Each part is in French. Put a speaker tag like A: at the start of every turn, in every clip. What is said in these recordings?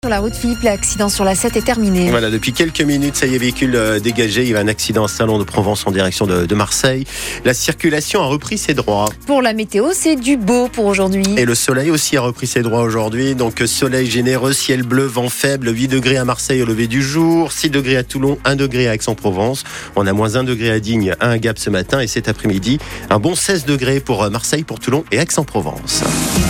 A: Sur la route, Philippe, l'accident sur la 7 est terminé.
B: Voilà, depuis quelques minutes, ça y est, véhicule dégagé. Il y a un accident à Salon-de-Provence en direction de Marseille. La circulation a repris ses droits.
A: Pour la météo, c'est du beau pour aujourd'hui.
B: Et le soleil aussi a repris ses droits aujourd'hui. Donc soleil généreux, ciel bleu, vent faible, 8 degrés à Marseille au lever du jour, 6 degrés à Toulon, 1 degré à Aix-en-Provence. On a moins 1 degré à Digne, à Gap ce matin et cet après-midi. Un bon 16 degrés pour Marseille, pour Toulon et Aix-en-Provence.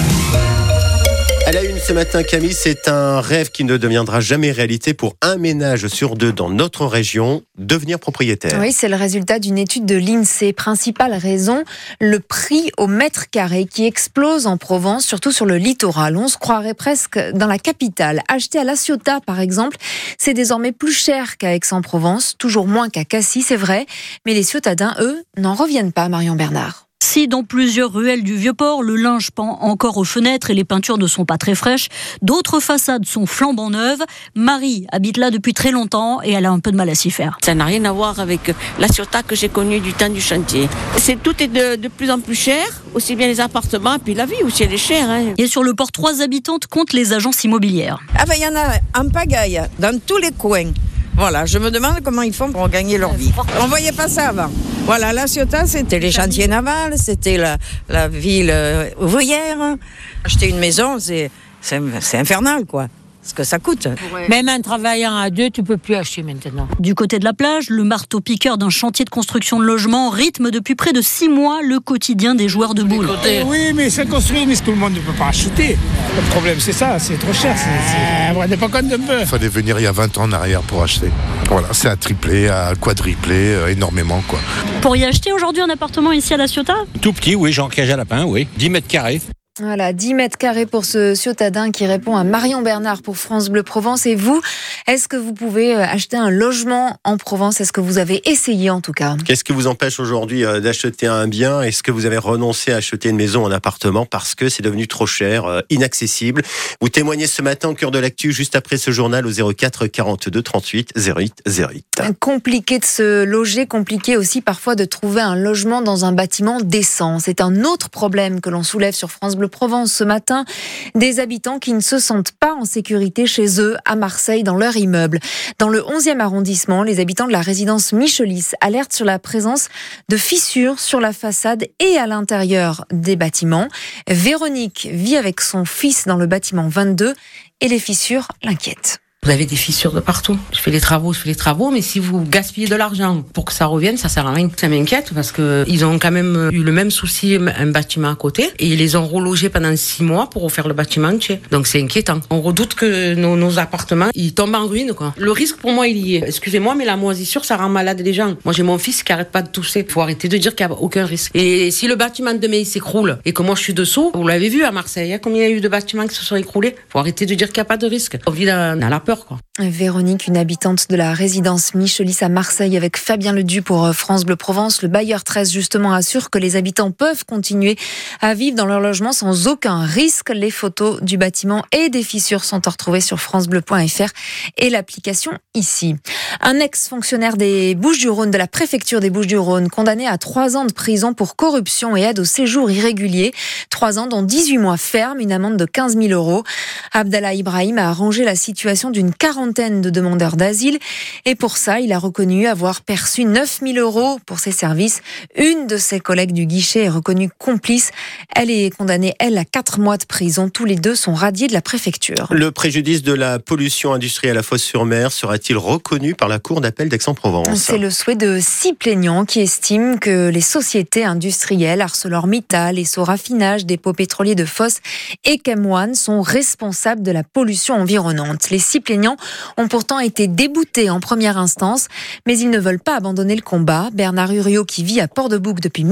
B: À la une ce matin, Camille, c'est un rêve qui ne deviendra jamais réalité pour un ménage sur deux dans notre région, devenir propriétaire.
A: Oui, c'est le résultat d'une étude de l'INSEE. Principale raison, le prix au mètre carré qui explose en Provence, surtout sur le littoral. On se croirait presque dans la capitale. Acheter à La Ciotat, par exemple, c'est désormais plus cher qu'à Aix-en-Provence, toujours moins qu'à Cassis, c'est vrai. Mais les Ciotadins, eux, n'en reviennent pas, Marion Bernard.
C: Si dans plusieurs ruelles du Vieux-Port, le linge pend encore aux fenêtres et les peintures ne sont pas très fraîches, d'autres façades sont flambant neuves. Marie habite là depuis très longtemps et elle a un peu de mal à s'y faire.
D: Ça n'a rien à voir avec La Ciotat que j'ai connue du temps du chantier. Tout est de plus en plus cher, aussi bien les appartements et puis la vie aussi elle est chère.
C: Et sur le port, 3 habitantes comptent les agences immobilières.
E: Il y en a en pagaille, dans tous les coins. Voilà, je me demande comment ils font pour gagner leur vie. On ne voyait pas ça avant. Voilà, La Ciotat, c'était les chantiers navals, c'était la ville ouvrière. Acheter une maison, c'est infernal, quoi. Ce que ça coûte.
F: Ouais. Même en travaillant à deux, tu peux plus acheter maintenant.
C: Du côté de la plage, le marteau-piqueur d'un chantier de construction de logement rythme depuis près de 6 mois le quotidien des joueurs de boules.
G: Oui, mais c'est construit, mais tout le monde ne peut pas acheter. Le problème, c'est ça, c'est trop cher. On n'est pas compte un peu.
H: Il fallait venir il y a 20 ans en arrière pour acheter. Voilà, c'est à tripler, à quadrupler, énormément, quoi.
C: Pour y acheter aujourd'hui un appartement ici à La Ciotat ?
I: Tout petit, oui, Jean Cage à Lapin, oui. 10 mètres carrés.
A: Voilà, 10 mètres carrés pour ce Ciotadin qui répond à Marion Bernard pour France Bleu Provence. Et vous, est-ce que vous pouvez acheter un logement en Provence ? Est-ce que vous avez essayé en tout cas ?
B: Qu'est-ce qui vous empêche aujourd'hui d'acheter un bien ? Est-ce que vous avez renoncé à acheter une maison, un appartement parce que c'est devenu trop cher, inaccessible ? Vous témoignez ce matin au cœur de l'actu, juste après ce journal au 04 42 38 08 08.
A: Compliqué de se loger, compliqué aussi parfois de trouver un logement dans un bâtiment décent. C'est un autre problème que l'on soulève sur France Bleu Provence ce matin, des habitants qui ne se sentent pas en sécurité chez eux à Marseille dans leur immeuble. Dans le 11e arrondissement, les habitants de la résidence Michelis alertent sur la présence de fissures sur la façade et à l'intérieur des bâtiments. Véronique vit avec son fils dans le bâtiment 22 et les fissures l'inquiètent.
J: Vous avez des fissures de partout. Je fais les travaux, mais si vous gaspillez de l'argent pour que ça revienne, ça sert à rien. Ça m'inquiète parce que ils ont quand même eu le même souci, un bâtiment à côté, et ils les ont relogés pendant 6 mois pour refaire le bâtiment entier. Donc c'est inquiétant. On redoute que nos appartements, ils tombent en ruine, quoi. Le risque pour moi, il y est. Excusez-moi, mais la moisissure, ça rend malade les gens. Moi, j'ai mon fils qui arrête pas de tousser. Faut arrêter de dire qu'il n'y a aucun risque. Et si le bâtiment demain il s'écroule et que moi je suis dessous, vous l'avez vu à Marseille, combien il y a eu de bâtiments qui se sont écroulés. Faut arrêter de dire qu'il n'y a pas de risque. On vit dans la peur, quoi.
A: Véronique, une habitante de la résidence Michelis à Marseille avec Fabien Ledu pour France Bleu Provence. Le bailleur 13 justement assure que les habitants peuvent continuer à vivre dans leur logement sans aucun risque. Les photos du bâtiment et des fissures sont à retrouver sur francebleu.fr et l'application ici. Un ex-fonctionnaire des Bouches-du-Rhône, de la préfecture des Bouches-du-Rhône, condamné à 3 ans de prison pour corruption et aide au séjour irrégulier. 3 ans dont 18 mois ferme, une amende de 15 000 €. Abdallah Ibrahim a arrangé la situation d'une quarantaine de demandeurs d'asile et pour ça, il a reconnu avoir perçu 9 000 € pour ses services. Une de ses collègues du guichet est reconnue complice. Elle est condamnée, elle, à 4 mois de prison. Tous les deux sont radiés de la préfecture.
B: Le préjudice de la pollution industrielle à Fos-sur-Mer sera-t-il reconnu par la Cour d'appel d'Aix-en-Provence ?
A: C'est le souhait de 6 plaignants qui estiment que les sociétés industrielles ArcelorMittal et Soraffinage, dépôt pétrolier de Fos et Chem1 sont responsables de la pollution environnante. Les 6 plaignants ont pourtant été déboutés en première instance, mais ils ne veulent pas abandonner le combat. Bernard Huriot, qui vit à Port-de-Bouc depuis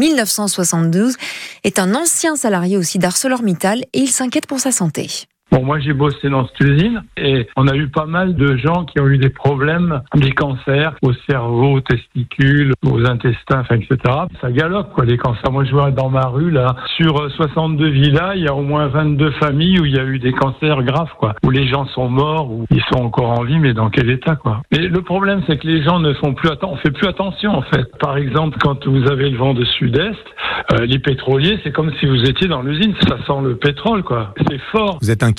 A: 1972, est un ancien salarié aussi d'ArcelorMittal et il s'inquiète pour sa santé.
K: Bon, moi j'ai bossé dans cette usine et on a eu pas mal de gens qui ont eu des problèmes, des cancers au cerveau, aux testicules, aux intestins, etc. Ça galope, quoi, les cancers. Moi je vois dans ma rue, là, sur 62 villas, il y a au moins 22 familles où il y a eu des cancers graves, quoi. Où les gens sont morts, où ils sont encore en vie, mais dans quel état, quoi. Mais le problème, c'est que les gens ne font plus on fait plus attention, en fait. Par exemple, quand vous avez le vent de sud-est, les pétroliers, c'est comme si vous étiez dans l'usine. Ça sent le pétrole, quoi. C'est fort.
H: Vous êtes inquiet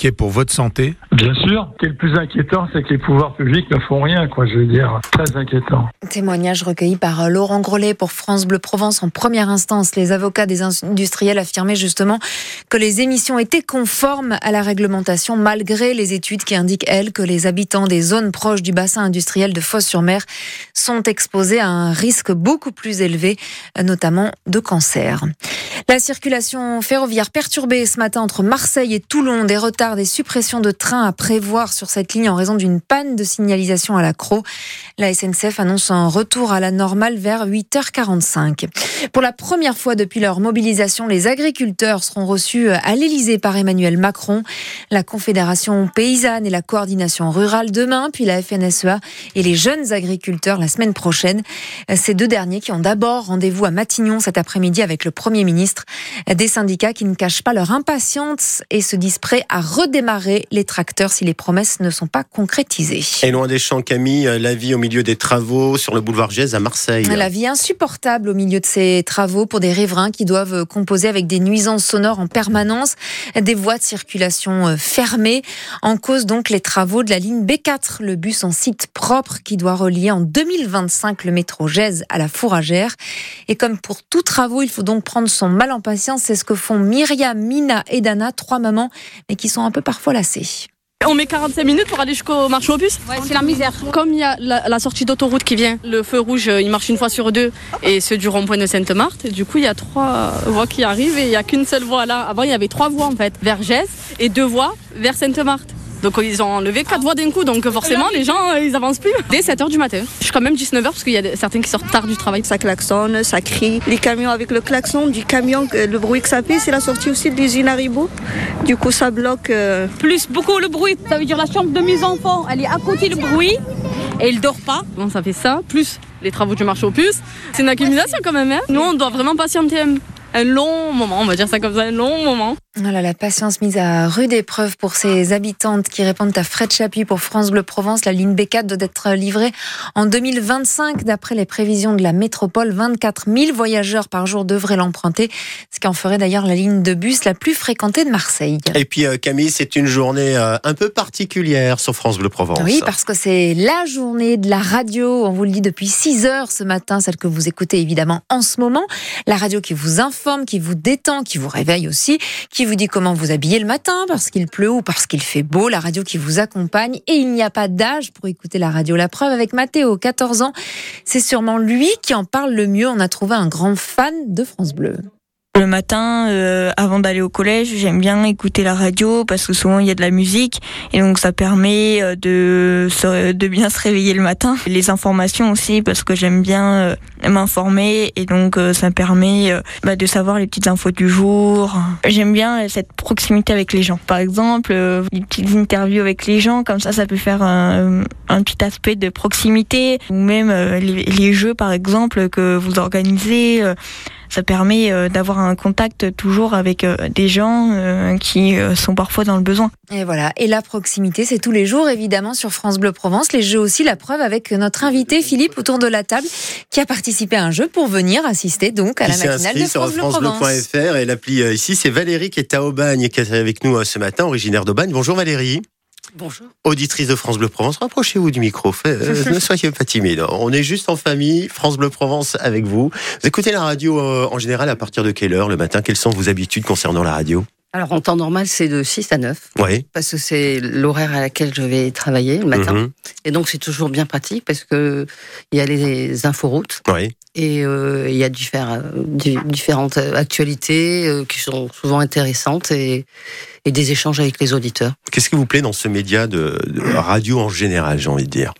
L: inquiet pour votre santé ?
K: Bien sûr. Ce qui est le plus inquiétant, c'est que les pouvoirs publics ne font rien, je veux dire. Très inquiétant.
A: Témoignage recueilli par Laurent Grollet pour France Bleu Provence. En première instance, les avocats des industriels affirmaient justement que les émissions étaient conformes à la réglementation, malgré les études qui indiquent, elles, que les habitants des zones proches du bassin industriel de Fos-sur-Mer sont exposés à un risque beaucoup plus élevé, notamment de cancer. La circulation ferroviaire perturbée ce matin entre Marseille et Toulon. Des retards, des suppressions de trains à prévoir sur cette ligne en raison d'une panne de signalisation à l'accro. La SNCF annonce un retour à la normale vers 8h45. Pour la première fois depuis leur mobilisation, les agriculteurs seront reçus à l'Élysée par Emmanuel Macron. La Confédération paysanne et la coordination rurale demain, puis la FNSEA et les jeunes agriculteurs la semaine prochaine. Ces deux derniers qui ont d'abord rendez-vous à Matignon cet après-midi avec le Premier ministre. Des syndicats qui ne cachent pas leur impatience et se disent prêts à redémarrer les tracteurs si les promesses ne sont pas concrétisées.
B: Et loin des champs, Camille, la vie au milieu des travaux sur le boulevard Gèze à Marseille.
A: La vie insupportable au milieu de ces travaux pour des riverains qui doivent composer avec des nuisances sonores en permanence, des voies de circulation fermées. En cause donc les travaux de la ligne B4, le bus en site propre qui doit relier en 2025 le métro Gèze à la Fourragère. Et comme pour tous travaux, il faut donc prendre son mal en patience. C'est ce que font Myriam, Mina et Dana, 3 mamans, mais qui sont un peu parfois lassées.
M: On met 45 minutes pour aller jusqu'au marché aux puces.
N: Ouais, c'est la misère.
M: Comme il y a la sortie d'autoroute qui vient, le feu rouge, il marche une fois sur 2 et ceux du rond-point de Sainte-Marthe. Du coup, il y a 3 voies qui arrivent et il n'y a qu'une seule voie là. Avant, il y avait 3 voies en fait, vers Gèze et 2 voies vers Sainte-Marthe. Donc ils ont enlevé 4 voies d'un coup, donc forcément les gens ils avancent plus. Dès 7h du matin, jusqu'à même 19h parce qu'il y a certains qui sortent tard du travail.
O: Ça klaxonne, ça crie. Les camions avec le klaxon du camion, le bruit que ça fait, c'est la sortie aussi de l'usine Haribo. Du coup ça bloque.
N: Plus beaucoup le bruit, ça veut dire la chambre de mes enfants, elle est à côté le bruit et il dort pas.
M: Bon, ça fait ça, plus les travaux du marché aux puces. C'est une accumulation quand même. Nous on doit vraiment patienter un long moment, on va dire ça comme ça, un long moment.
A: Voilà, la patience mise à rude épreuve pour ces habitantes qui répondent à Fred Chapuis pour France Bleu Provence. La ligne B4 doit être livrée en 2025. D'après les prévisions de la métropole, 24 000 voyageurs par jour devraient l'emprunter, ce qui en ferait d'ailleurs la ligne de bus la plus fréquentée de Marseille.
B: Et puis Camille, c'est une journée un peu particulière sur France Bleu Provence.
A: Oui, parce que c'est la journée de la radio. On vous le dit depuis 6h ce matin, celle que vous écoutez évidemment en ce moment. La radio qui vous informe, qui vous détend, qui vous réveille aussi, qui vous dit comment vous habiller le matin parce qu'il pleut ou parce qu'il fait beau, la radio qui vous accompagne. Et il n'y a pas d'âge pour écouter la radio. La preuve avec Mathéo, 14 ans, c'est sûrement lui qui en parle le mieux. On a trouvé un grand fan de France Bleu.
P: Le matin, avant d'aller au collège, j'aime bien écouter la radio parce que souvent il y a de la musique et donc ça permet de bien se réveiller le matin. Les informations aussi parce que j'aime bien m'informer et donc ça permet de savoir les petites infos du jour. J'aime bien cette proximité avec les gens. Par exemple, les petites interviews avec les gens, comme ça peut faire un petit aspect de proximité ou même les jeux par exemple que vous organisez. Ça permet d'avoir un contact toujours avec des gens qui sont parfois dans le besoin.
A: Et voilà, et la proximité, c'est tous les jours évidemment sur France Bleu Provence. Les jeux aussi, la preuve avec notre invité Philippe autour de la table qui a participé à un jeu pour venir assister donc à la matinale de France Bleu Provence.
B: FranceBleu.fr et l'appli ici, c'est Valérie qui est à Aubagne et qui est avec nous ce matin, originaire d'Aubagne. Bonjour Valérie.
Q: Bonjour.
B: Auditrice de France Bleu Provence, rapprochez-vous du micro, ne soyez pas timide. On est juste en famille, France Bleu Provence avec vous. Vous écoutez la radio en général à partir de quelle heure le matin? Quelles sont vos habitudes concernant la radio?
Q: Alors en temps normal, c'est de 6 à 9.
B: Oui.
Q: Parce que c'est l'horaire à laquelle je vais travailler le matin. Et donc c'est toujours bien pratique parce que il y a les inforoutes.
B: Oui.
Q: Et il y a différentes actualités qui sont souvent intéressantes et des échanges avec les auditeurs.
B: Qu'est-ce qui vous plaît dans ce média de radio en général, j'ai envie de dire?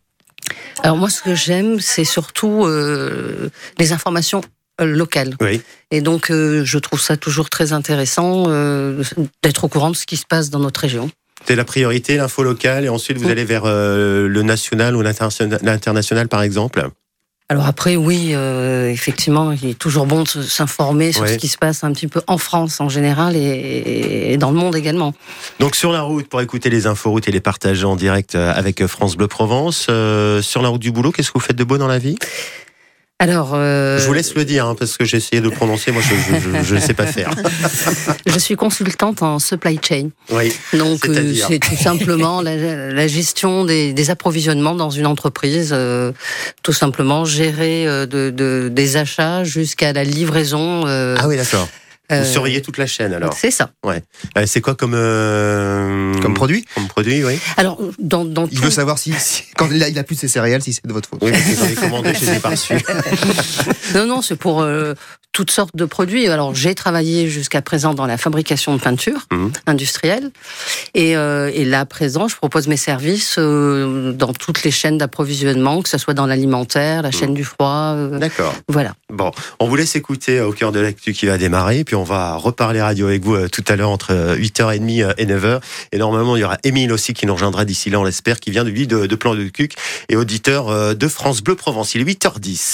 Q: Alors moi, ce que j'aime, c'est surtout les informations locales.
B: Oui.
Q: Et donc, je trouve ça toujours très intéressant d'être au courant de ce qui se passe dans notre région.
B: C'est la priorité, l'info locale, et ensuite vous allez vers le national ou l'international, par exemple?
Q: Alors après, oui, effectivement, il est toujours bon de s'informer sur ce qui se passe un petit peu en France en général et dans le monde également.
B: Donc sur la route, pour écouter les inforoutes et les partager en direct avec France Bleu Provence. Sur la route du boulot, qu'est-ce que vous faites de beau dans la vie ?
Q: Alors,
B: je vous laisse le dire, parce que j'ai essayé de prononcer, moi je ne sais pas faire.
Q: Je suis consultante en supply chain.
B: Oui.
Q: Donc c'est tout simplement la gestion des approvisionnements dans une entreprise, tout simplement gérer des achats jusqu'à la livraison.
B: Ah oui, d'accord. Vous surveillez toute la chaîne alors.
Q: C'est ça.
B: Ouais. C'est quoi comme
L: produit ?
B: Comme produit, oui.
Q: Alors
L: il veut savoir si quand il a plus de ses céréales, si c'est de votre faute.
B: Oui, parce que j'en ai commandé, je les ai pas reçus.
Q: Non, c'est pour toutes sortes de produits. Alors j'ai travaillé jusqu'à présent dans la fabrication de peinture industrielle, et là à présent je propose mes services dans toutes les chaînes d'approvisionnement, que ce soit dans l'alimentaire, la chaîne du froid.
B: D'accord.
Q: Voilà.
B: Bon, on vous laisse écouter Au cœur de l'actu qui va démarrer, puis on va reparler radio avec vous tout à l'heure entre 8h30 et 9h. Et normalement, il y aura Émile aussi qui nous rejoindra d'ici là, on l'espère, qui vient de Plan de Cuc et auditeur de France Bleu Provence. Il est 8h10.